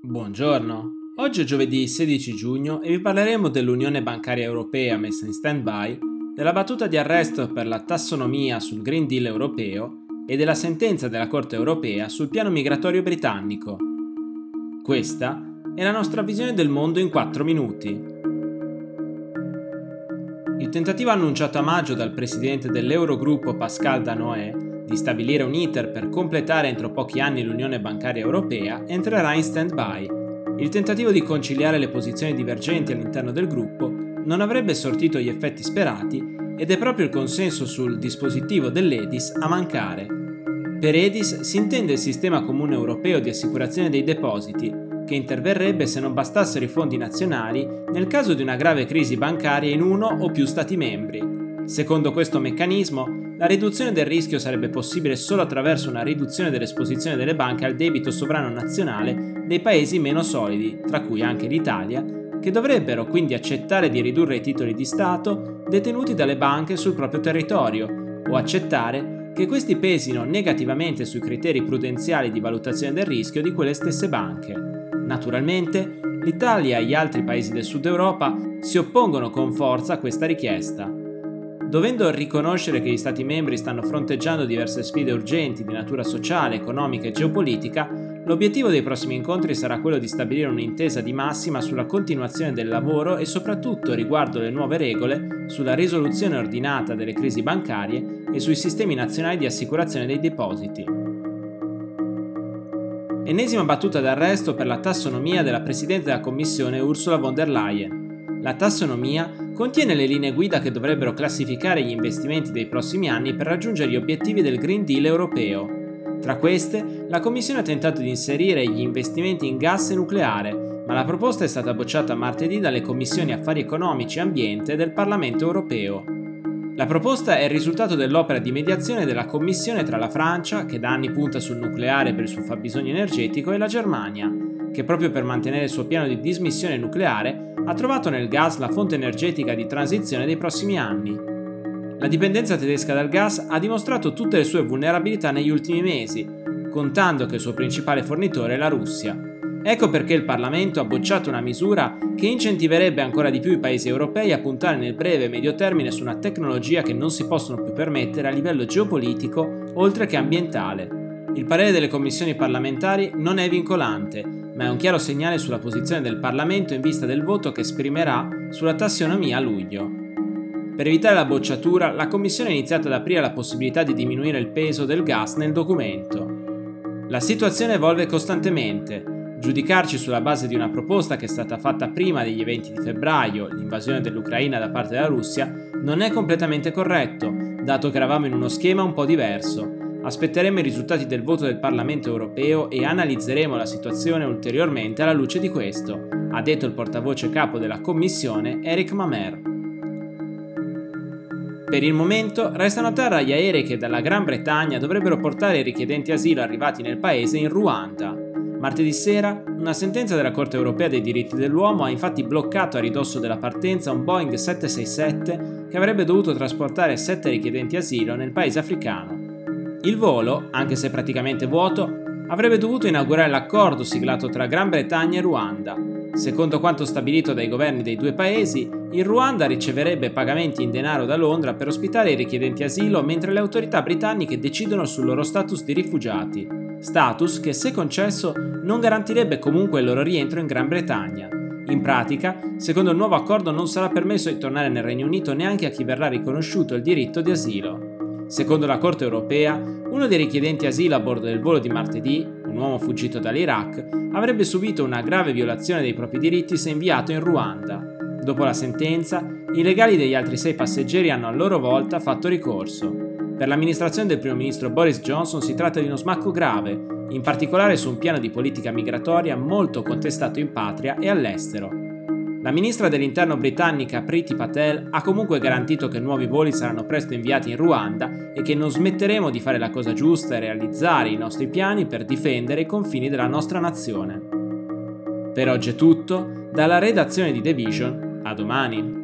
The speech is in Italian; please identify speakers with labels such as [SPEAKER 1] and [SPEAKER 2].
[SPEAKER 1] Buongiorno, oggi è giovedì 16 giugno e vi parleremo dell'Unione Bancaria Europea messa in stand-by, della battuta di arresto per la tassonomia sul Green Deal europeo e della sentenza della Corte Europea sul piano migratorio britannico. Questa è la nostra visione del mondo in 4 minuti. Il tentativo annunciato a maggio dal presidente dell'Eurogruppo Pascal Danoë di stabilire un iter per completare entro pochi anni l'Unione Bancaria Europea entrerà in stand-by. Il tentativo di conciliare le posizioni divergenti all'interno del gruppo non avrebbe sortito gli effetti sperati ed è proprio il consenso sul dispositivo dell'EDIS a mancare. Per EDIS si intende il Sistema Comune Europeo di Assicurazione dei Depositi, che interverrebbe se non bastassero i fondi nazionali nel caso di una grave crisi bancaria in uno o più Stati membri. Secondo questo meccanismo, la riduzione del rischio sarebbe possibile solo attraverso una riduzione dell'esposizione delle banche al debito sovrano nazionale dei paesi meno solidi, tra cui anche l'Italia, che dovrebbero quindi accettare di ridurre i titoli di Stato detenuti dalle banche sul proprio territorio, o accettare che questi pesino negativamente sui criteri prudenziali di valutazione del rischio di quelle stesse banche. Naturalmente, l'Italia e gli altri paesi del Sud Europa si oppongono con forza a questa richiesta. Dovendo riconoscere che gli Stati membri stanno fronteggiando diverse sfide urgenti di natura sociale, economica e geopolitica, l'obiettivo dei prossimi incontri sarà quello di stabilire un'intesa di massima sulla continuazione del lavoro e soprattutto riguardo le nuove regole sulla risoluzione ordinata delle crisi bancarie e sui sistemi nazionali di assicurazione dei depositi. Ennesima battuta d'arresto per la tassonomia della Presidente della Commissione Ursula von der Leyen. La tassonomia contiene le linee guida che dovrebbero classificare gli investimenti dei prossimi anni per raggiungere gli obiettivi del Green Deal europeo. Tra queste, la Commissione ha tentato di inserire gli investimenti in gas e nucleare, ma la proposta è stata bocciata martedì dalle Commissioni Affari Economici e Ambiente del Parlamento europeo. La proposta è il risultato dell'opera di mediazione della Commissione tra la Francia, che da anni punta sul nucleare per il suo fabbisogno energetico, e la Germania, che proprio per mantenere il suo piano di dismissione nucleare ha trovato nel gas la fonte energetica di transizione dei prossimi anni. La dipendenza tedesca dal gas ha dimostrato tutte le sue vulnerabilità negli ultimi mesi, contando che il suo principale fornitore è la Russia. Ecco perché il Parlamento ha bocciato una misura che incentiverebbe ancora di più i paesi europei a puntare nel breve e medio termine su una tecnologia che non si possono più permettere a livello geopolitico oltre che ambientale. Il parere delle commissioni parlamentari non è vincolante, ma è un chiaro segnale sulla posizione del Parlamento in vista del voto che esprimerà sulla tassonomia a luglio. Per evitare la bocciatura, la Commissione ha iniziato ad aprire la possibilità di diminuire il peso del gas nel documento. La situazione evolve costantemente. Giudicarci sulla base di una proposta che è stata fatta prima degli eventi di febbraio, l'invasione dell'Ucraina da parte della Russia, non è completamente corretto, dato che eravamo in uno schema un po' diverso. Aspetteremo i risultati del voto del Parlamento europeo e analizzeremo la situazione ulteriormente alla luce di questo, ha detto il portavoce capo della Commissione Eric Mamer. Per il momento restano a terra gli aerei che dalla Gran Bretagna dovrebbero portare i richiedenti asilo arrivati nel paese in Ruanda. Martedì sera, una sentenza della Corte Europea dei diritti dell'uomo ha infatti bloccato a ridosso della partenza un Boeing 767 che avrebbe dovuto trasportare 7 richiedenti asilo nel paese africano. Il volo, anche se praticamente vuoto, avrebbe dovuto inaugurare l'accordo siglato tra Gran Bretagna e Ruanda. Secondo quanto stabilito dai governi dei due paesi, il Ruanda riceverebbe pagamenti in denaro da Londra per ospitare i richiedenti asilo mentre le autorità britanniche decidono sul loro status di rifugiati. Status che, se concesso, non garantirebbe comunque il loro rientro in Gran Bretagna. In pratica, secondo il nuovo accordo non sarà permesso di tornare nel Regno Unito neanche a chi verrà riconosciuto il diritto di asilo. Secondo la Corte Europea, uno dei richiedenti asilo a bordo del volo di martedì, un uomo fuggito dall'Iraq, avrebbe subito una grave violazione dei propri diritti se inviato in Ruanda. Dopo la sentenza, i legali degli altri 6 passeggeri hanno a loro volta fatto ricorso. Per l'amministrazione del primo ministro Boris Johnson si tratta di uno smacco grave, in particolare su un piano di politica migratoria molto contestato in patria e all'estero. La ministra dell'interno britannica Priti Patel ha comunque garantito che nuovi voli saranno presto inviati in Ruanda e che non smetteremo di fare la cosa giusta e realizzare i nostri piani per difendere i confini della nostra nazione. Per oggi è tutto, dalla redazione di The Vision, a domani.